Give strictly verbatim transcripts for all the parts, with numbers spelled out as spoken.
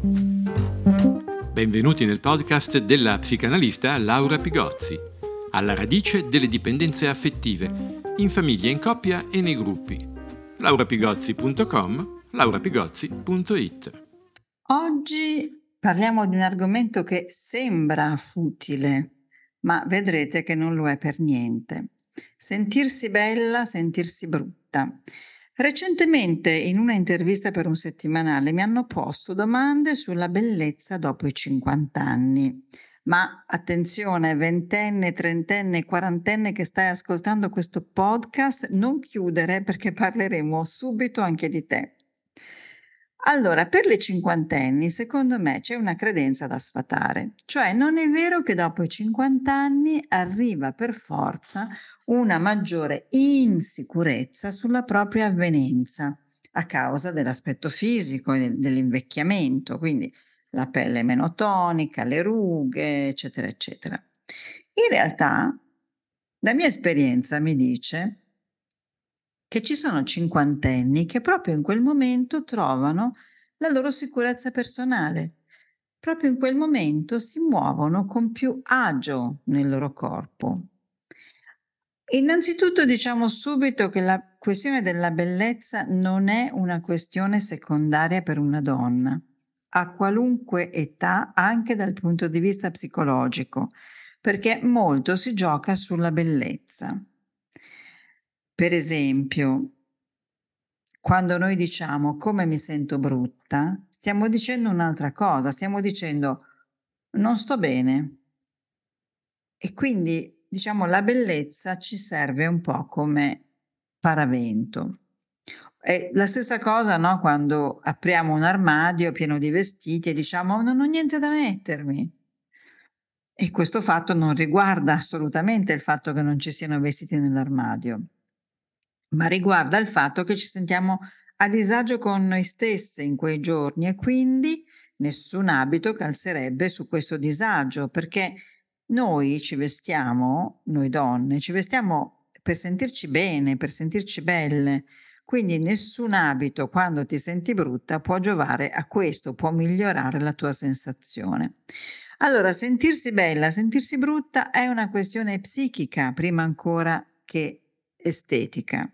Benvenuti nel podcast della psicanalista Laura Pigozzi, alla radice delle dipendenze affettive, in famiglia, in coppia e nei gruppi. laura pigozzi punto com, laura pigozzi punto it. Oggi parliamo di un argomento che sembra futile, ma vedrete che non lo è per niente. Sentirsi bella, sentirsi brutta. Recentemente, in una intervista per un settimanale, mi hanno posto domande sulla bellezza dopo i cinquanta anni. Ma attenzione, ventenne, trentenne, quarantenne che stai ascoltando questo podcast, non chiudere perché parleremo subito anche di te. Allora, per le cinquantenni, secondo me c'è una credenza da sfatare, cioè non è vero che dopo i cinquanta anni arriva per forza una maggiore insicurezza sulla propria avvenenza a causa dell'aspetto fisico e dell'invecchiamento, quindi la pelle meno tonica, le rughe, eccetera, eccetera. In realtà, la mia esperienza mi dice che ci sono cinquantenni che proprio in quel momento trovano la loro sicurezza personale. Proprio in quel momento si muovono con più agio nel loro corpo. Innanzitutto diciamo subito che la questione della bellezza non è una questione secondaria per una donna, a qualunque età, anche dal punto di vista psicologico, perché molto si gioca sulla bellezza. Per esempio, quando noi diciamo come mi sento brutta, stiamo dicendo un'altra cosa, stiamo dicendo non sto bene. E quindi, diciamo, la bellezza ci serve un po' come paravento. È la stessa cosa, no, quando apriamo un armadio pieno di vestiti e diciamo non ho niente da mettermi. E questo fatto non riguarda assolutamente il fatto che non ci siano vestiti nell'armadio, ma riguarda il fatto che ci sentiamo a disagio con noi stesse in quei giorni e quindi nessun abito calzerebbe su questo disagio, perché noi ci vestiamo, noi donne, ci vestiamo per sentirci bene, per sentirci belle. Quindi nessun abito, quando ti senti brutta, può giovare a questo, può migliorare la tua sensazione. Allora, sentirsi bella, sentirsi brutta è una questione psichica prima ancora che estetica.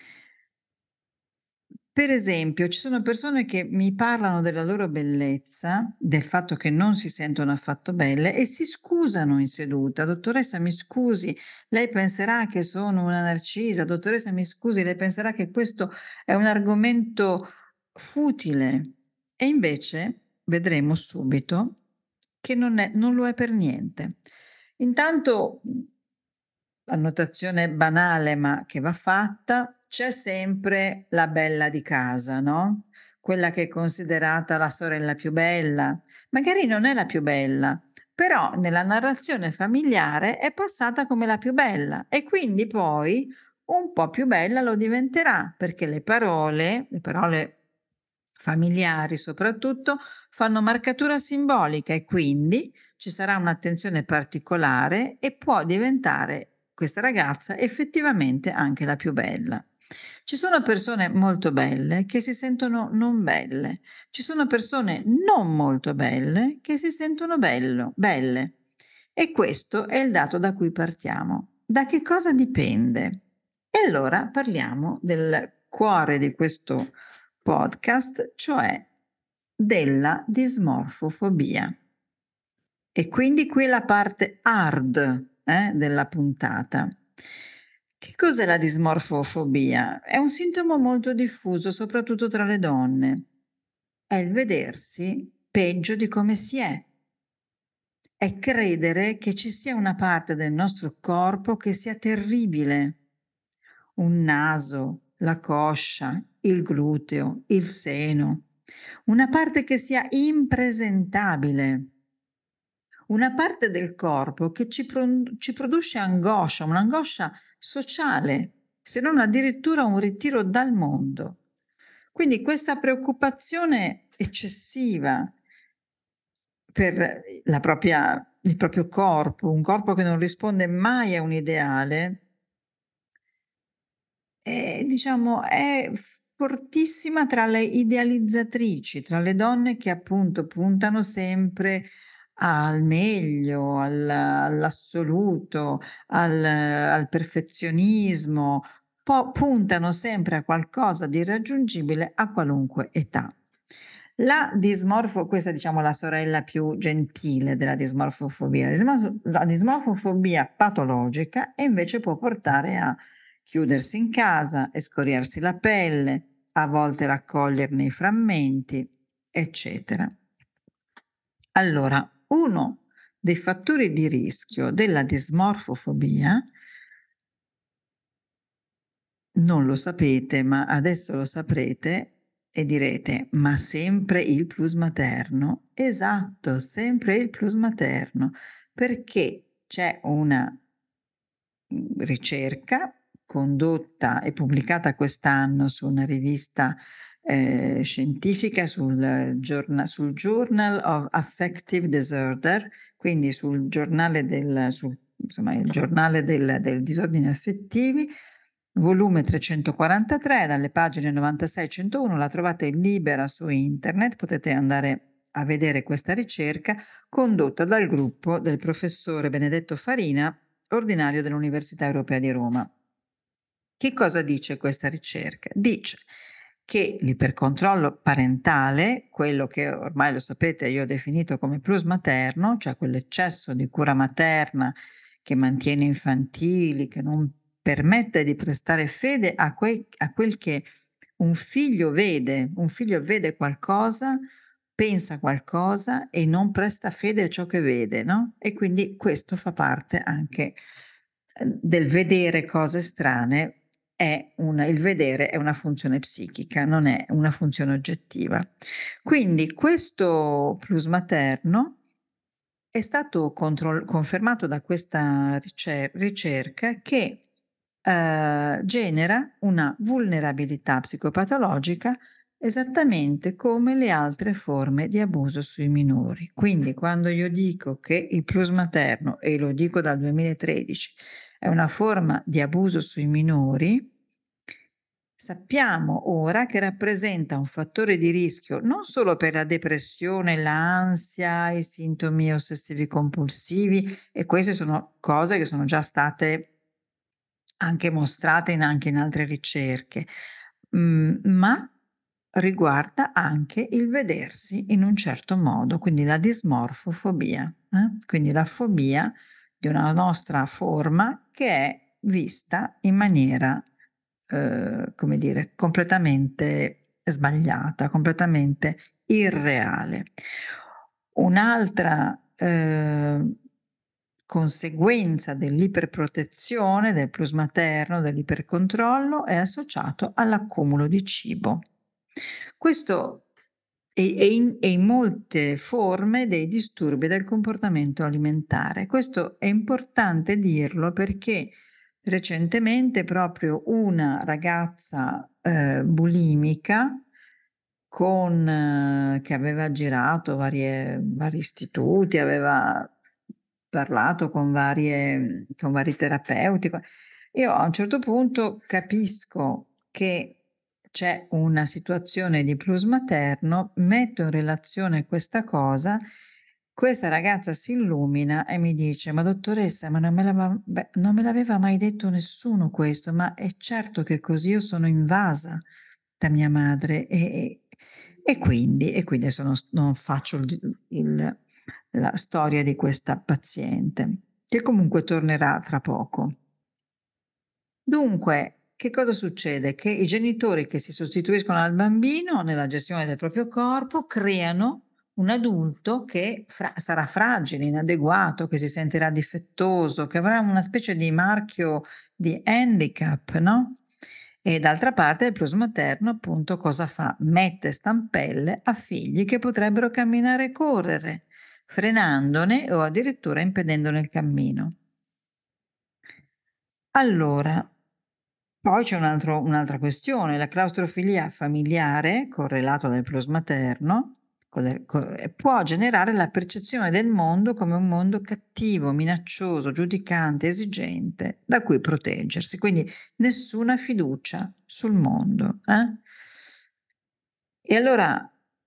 Per esempio, ci sono persone che mi parlano della loro bellezza, del fatto che non si sentono affatto belle e si scusano in seduta. Dottoressa, mi scusi, lei penserà che sono una narcisa. Dottoressa, mi scusi, lei penserà che questo è un argomento futile. E invece vedremo subito che non è, non lo è per niente. Intanto, annotazione banale ma che va fatta, c'è sempre la bella di casa, no, quella che è considerata la sorella più bella. Magari non è la più bella, però nella narrazione familiare è passata come la più bella e quindi poi un po' più bella lo diventerà, perché le parole, le parole familiari soprattutto, fanno marcatura simbolica e quindi ci sarà un'attenzione particolare e può diventare questa ragazza effettivamente anche la più bella. Ci sono persone molto belle che si sentono non belle, ci sono persone non molto belle che si sentono bello, belle. E questo è il dato da cui partiamo. Da che cosa dipende? E allora parliamo del cuore di questo podcast, cioè della dismorfofobia. E quindi qui la parte hard eh, della puntata. Che cos'è la dismorfofobia? È un sintomo molto diffuso, soprattutto tra le donne. È il vedersi peggio di come si è. È credere che ci sia una parte del nostro corpo che sia terribile. Un naso, la coscia, il gluteo, il seno. Una parte che sia impresentabile. Una parte del corpo che ci, pro- ci produce angoscia, un'angoscia sociale, se non addirittura un ritiro dal mondo. Quindi questa preoccupazione eccessiva per la propria, il proprio corpo, un corpo che non risponde mai a un ideale, è, diciamo, è fortissima tra le idealizzatrici, tra le donne che appunto puntano sempre al meglio, al all'assoluto, al al perfezionismo, po puntano sempre a qualcosa di irraggiungibile a qualunque età. La dismorfo questa diciamo la sorella più gentile della dismorfofobia. La dismorfo la dismorfofobia patologica e invece può portare a chiudersi in casa, escoriarsi la pelle, a volte raccoglierne i frammenti, eccetera. Allora, uno dei fattori di rischio della dismorfofobia non lo sapete, ma adesso lo saprete e direte: "Ma sempre il plus materno?" Esatto, sempre il plus materno, perché c'è una mhmm, ricerca condotta e pubblicata quest'anno su una rivista, ehm, scientifica sul giorna sul Journal of Affective Disorder, quindi sul giornale del sul insomma il giornale del del disordini affettivi, volume trecentoquarantatré, dalle pagine novantasei centouno, la trovate libera su internet, potete andare a vedere questa ricerca condotta dal gruppo del professore Benedetto Farina, ordinario dell'Università Europea di Roma. Che cosa dice questa ricerca? Dice che l'ipercontrollo parentale, quello che ormai lo sapete io ho definito come plus materno, cioè quell'eccesso di cura materna che mantiene infantili, che non permette di prestare fede a quei a quel che un figlio vede. Un figlio vede qualcosa, pensa qualcosa e non presta fede a ciò che vede, no, e quindi questo fa parte anche, ehm, del vedere cose strane. È un il vedere è una funzione psichica, non è una funzione oggettiva. Quindi questo plus materno è stato control confermato da questa ricer ricerca che, ehm, genera una vulnerabilità psicopatologica esattamente come le altre forme di abuso sui minori. Quindi quando io dico che il plus materno, e lo dico dal duemilatredici, è una forma di abuso sui minori, sappiamo ora che rappresenta un fattore di rischio non solo per la depressione, l'ansia, i sintomi ossessivi compulsivi, e queste sono cose che sono già state anche mostrate in anche in altre ricerche, mhmm, ma riguarda anche il vedersi in un certo modo, quindi la dismorfofobia, eh, quindi la fobia di una nostra forma che è vista in maniera, uhm, come dire, completamente sbagliata, completamente irreale. Un'altra, uhm, conseguenza dell'iperprotezione, del plus materno, dell'ipercontrollo è associato all'accumulo di cibo. Questo e e in e in molte forme dei disturbi del comportamento alimentare. Questo è importante dirlo perché recentemente proprio una ragazza, ehm, bulimica con eh, che aveva girato varie vari istituti, aveva parlato con varie con vari terapeuti, qua io a un certo punto capisco che c'è una situazione di plus materno, metto in relazione questa cosa, questa ragazza si illumina e mi dice: "Ma dottoressa, ma non me l'ava beh, non me l'aveva mai detto nessuno questo, ma è certo che è così, io sono invasa da mia madre". E e e quindi e quindi adesso non s non faccio il d il la storia di questa paziente, che comunque tornerà tra poco. Dunque, che cosa succede? Che i genitori che si sostituiscono al bambino nella gestione del proprio corpo creano un adulto che fra sarà fragile, inadeguato, che si sentirà difettoso, che avrà una specie di marchio di handicap, no, e d'altra parte il plus materno appunto cosa fa? Mette stampelle a figli che potrebbero camminare e correre, frenandone o addirittura impedendone il cammino. Allora, poi c'è un altro un'altra questione, la claustrofilia familiare, correlato del plus materno, con le co ehm, può generare la percezione del mondo come un mondo cattivo, minaccioso, giudicante, esigente, da cui proteggersi. Quindi nessuna fiducia sul mondo, eh? E allora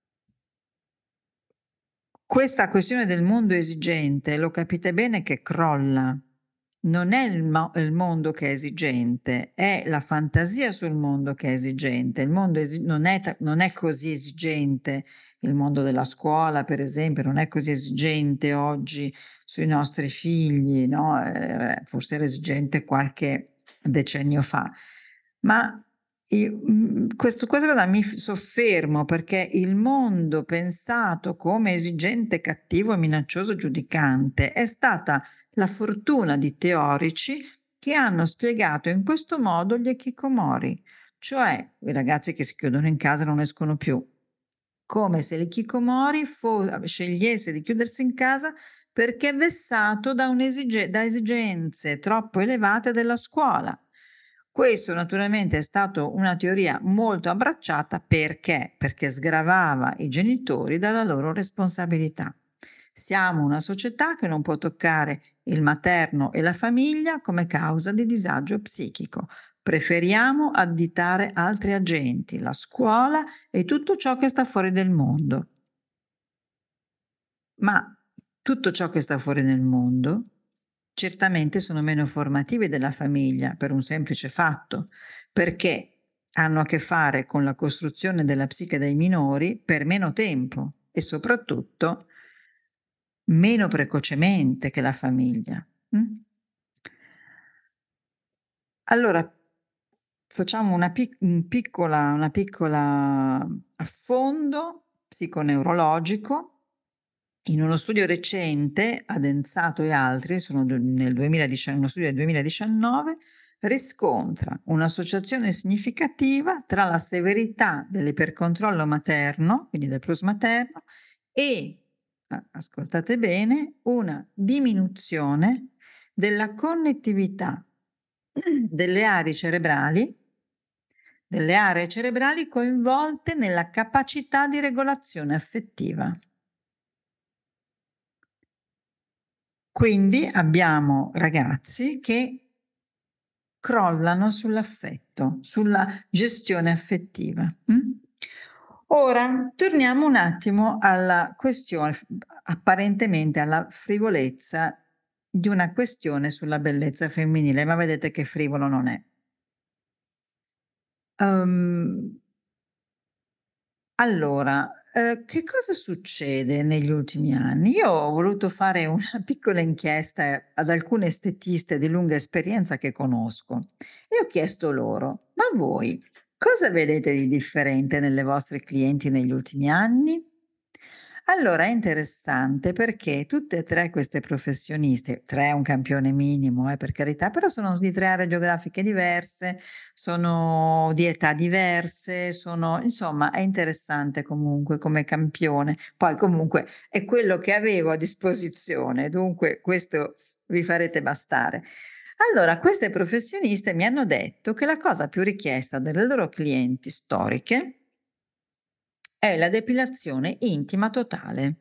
questa questione del mondo esigente, lo capite bene che crolla. Non è il mo il mondo che è esigente, è la fantasia sul mondo che è esigente. Il mondo esi non è ta non è così esigente il mondo della scuola, per esempio, non è così esigente oggi sui nostri figli, no, ehm, forse era esigente qualche decennio fa. Ma i mhmm, questo questa cosa mi f soffermo perché il mondo pensato come esigente, cattivo, minaccioso, giudicante è stata la fortuna di teorici che hanno spiegato in questo modo gli hikikomori, cioè i ragazzi che si chiudono in casa e non escono più, come se l'hikikomori fo scegliesse di chiudersi in casa perché vessato da un'esige da esigenze troppo elevate della scuola. Questo naturalmente è stato una teoria molto abbracciata perché? Perché sgravava i genitori dalla loro responsabilità. Siamo una società che non può toccare il materno e la famiglia come causa di disagio psichico. Preferiamo additare altri agenti, la scuola e tutto ciò che sta fuori del mondo. Ma tutto ciò che sta fuori nel mondo certamente sono meno formativi della famiglia per un semplice fatto, perché hanno a che fare con la costruzione della psiche dei minori per meno tempo e soprattutto meno precocemente che la famiglia. Mh? Allora facciamo una pic un piccola una piccola affondo psiconeurologico. In uno studio recente, Adenzato e altri, sono du nel duemiladici uno studio del duemiladiciannove, riscontra un'associazione significativa tra la severità dell'ipercontrollo materno, quindi del plus materno, e, a ascoltate bene, una diminuzione della connettività delle aree cerebrali delle aree cerebrali coinvolte nella capacità di regolazione affettiva. Quindi abbiamo ragazzi che crollano sull'affetto, sulla gestione affettiva, mh? Ora torniamo un attimo alla questione f apparentemente alla frivolezza di una questione sulla bellezza femminile, ma vedete che frivolo non è. Uhm Allora, ehm, che cosa succede negli ultimi anni? Io ho voluto fare una piccola inchiesta ad alcune estetiste di lunga esperienza che conosco e ho chiesto loro: "Ma voi cosa vedete di differente nelle vostre clienti negli ultimi anni?" Allora è interessante perché tutte e tre queste professioniste, tre è un campione minimo, eh, per carità, però sono di tre aree geografiche diverse, sono di età diverse, sono insomma è interessante comunque come campione. Poi comunque è quello che avevo a disposizione, dunque questo vi farete bastare. Allora, queste professioniste mi hanno detto che la cosa più richiesta dalle loro clienti storiche è la depilazione intima totale.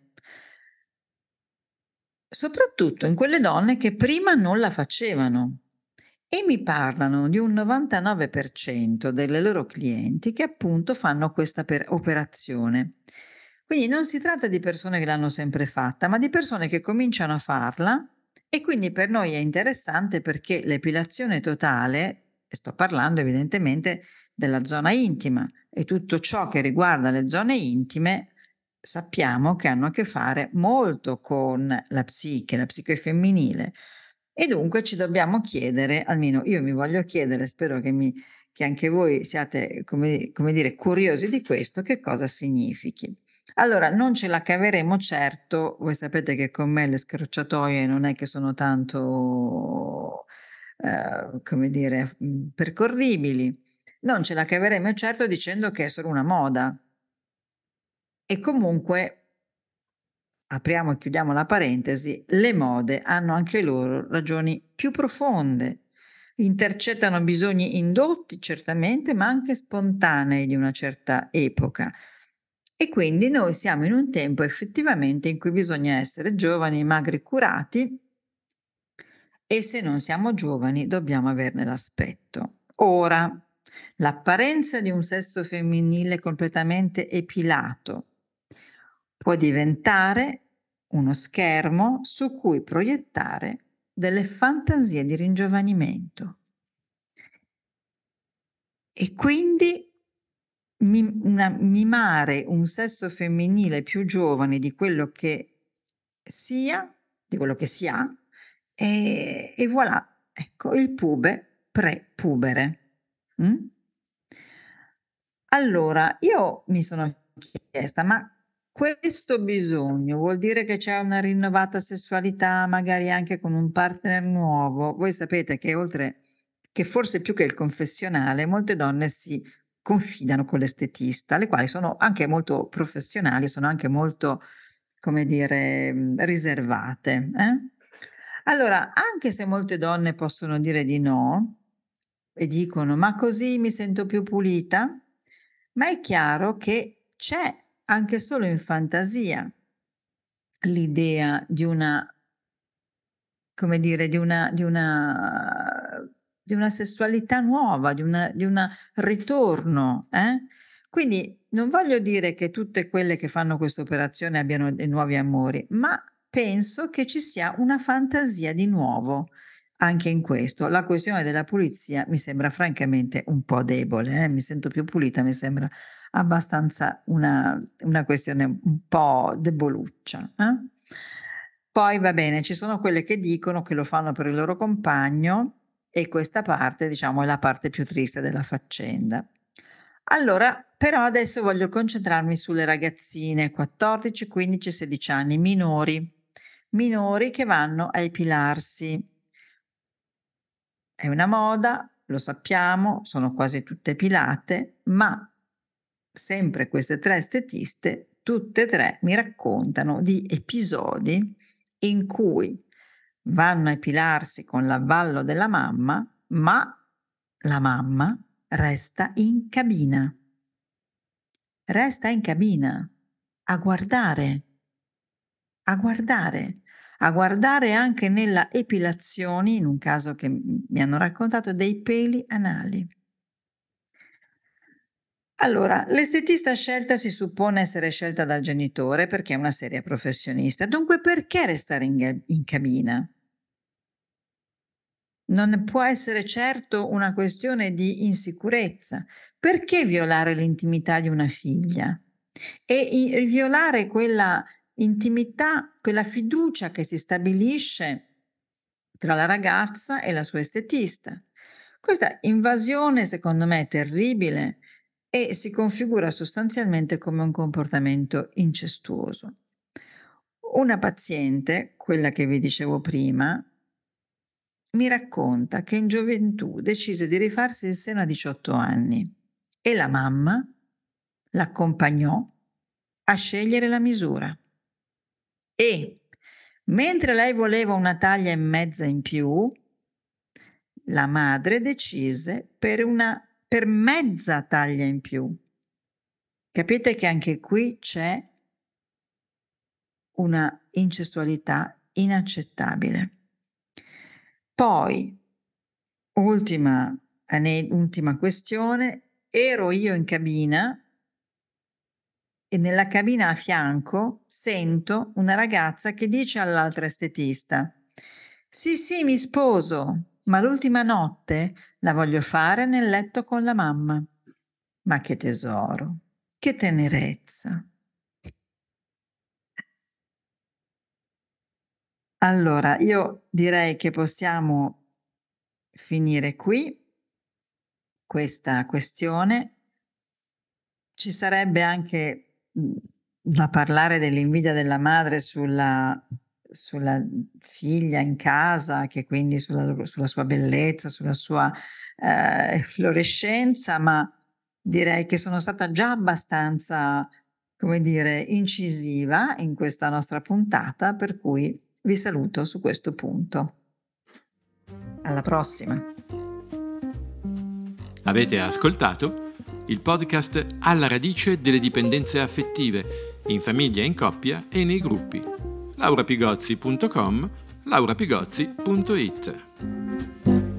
Soprattutto in quelle donne che prima non la facevano e mi parlano di un novantanove per cento delle loro clienti che appunto fanno questa per operazione. Quindi non si tratta di persone che l'hanno sempre fatta, ma di persone che cominciano a farla e quindi per noi è interessante perché l'epilazione totale, e sto parlando evidentemente della zona intima e tutto ciò che riguarda le zone intime sappiamo che hanno a che fare molto con la psiche, la psiche femminile e dunque ci dobbiamo chiedere, almeno io mi voglio chiedere, spero che mi che anche voi siate, come come dire, curiosi di questo, che cosa significhi. Allora, non ce la caveremo certo, voi sapete che con me le scorciatoie non è che sono tanto, ehm, come dire, mhmm, percorribili. Non ce la caveremo certo dicendo che è solo una moda e comunque apriamo e chiudiamo la parentesi, le mode hanno anche loro ragioni più profonde. Intercettano bisogni indotti certamente, ma anche spontanei di una certa epoca. E quindi noi siamo in un tempo effettivamente in cui bisogna essere giovani, magri, curati e se non siamo giovani dobbiamo averne l'aspetto. Ora, L'apparenza di un sesso femminile completamente epilato può diventare uno schermo su cui proiettare delle fantasie di ringiovanimento. E quindi mim una mimare un sesso femminile più giovane di quello che sia di quello che si ha, e e voilà, ecco, il pube pre-pubere. Mh? Allora, io mi sono chiesta: ma questo bisogno vuol dire che c'è una rinnovata sessualità, magari anche con un partner nuovo? Voi sapete che oltre che forse più che il confessionale, molte donne si confidano con l'estetista, le quali sono anche molto professionali, sono anche molto, come dire, mhmm, riservate, eh. Allora, anche se molte donne possono dire di no e dicono: "Ma così mi sento più pulita", ma è chiaro che c'è, anche solo in fantasia, l'idea di una come dire, di una di una di una sessualità nuova, di una di una ritorno, eh. Quindi non voglio dire che tutte quelle che fanno questa operazione abbiano dei nuovi amori, ma penso che ci sia una fantasia di nuovo anche in questo. La questione della pulizia mi sembra francamente un po' debole, eh, mi sento più pulita, mi sembra abbastanza una una questione un po' deboluccia, eh. Poi va bene, ci sono quelle che dicono che lo fanno per il loro compagno e questa parte, diciamo, è la parte più triste della faccenda. Allora, però adesso voglio concentrarmi sulle ragazzine quattordici, quindici, sedici anni, minori, minori che vanno a epilarsi. È una moda, lo sappiamo, sono quasi tutte epilate, ma sempre queste tre estetiste, tutte e tre mi raccontano di episodi in cui vanno a epilarsi con l'avallo della mamma, ma la mamma resta in cabina. Resta in cabina a guardare, a guardare, a guardare anche nella epilazione, in un caso che m mi hanno raccontato, dei peli anali. Allora, l'estetista scelta si suppone essere scelta dal genitore perché è una seria professionista. Dunque perché restare in ga in cabina? Non può essere certo una questione di insicurezza. Perché violare l'intimità di una figlia? E i violare quella intimità, quella fiducia che si stabilisce tra la ragazza e la sua estetista. Questa invasione secondo me è terribile e si configura sostanzialmente come un comportamento incestuoso. Una paziente, quella che vi dicevo prima, mi racconta che in gioventù decise di rifarsi il seno a diciotto anni e la mamma l'accompagnò a scegliere la misura e, mentre lei voleva una taglia e mezza in più, la madre decise per una per mezza taglia in più. Capite che anche qui c'è una incestualità inaccettabile. Poi, ultima ane ultima questione, ero io in cabina e nella cabina a fianco sento una ragazza che dice all'altra estetista: "Sì, sì, mi sposo, ma l'ultima notte la voglio fare nel letto con la mamma". Ma che tesoro, che tenerezza. Allora, io direi che possiamo finire qui questa questione. Ci sarebbe anche, mhmm, da parlare dell'invidia della madre sulla sulla, mhmm, figlia in casa, che quindi sulla loro sulla sua bellezza, sulla sua, ehm, efflorescenza, ma direi che sono stata già abbastanza, come dire, incisiva in questa nostra puntata, per cui vi saluto su questo punto. Alla prossima. Avete ascoltato il podcast Alla radice delle dipendenze affettive, in famiglia, in coppia e nei gruppi. laura pigozzi punto com, laura pigozzi punto it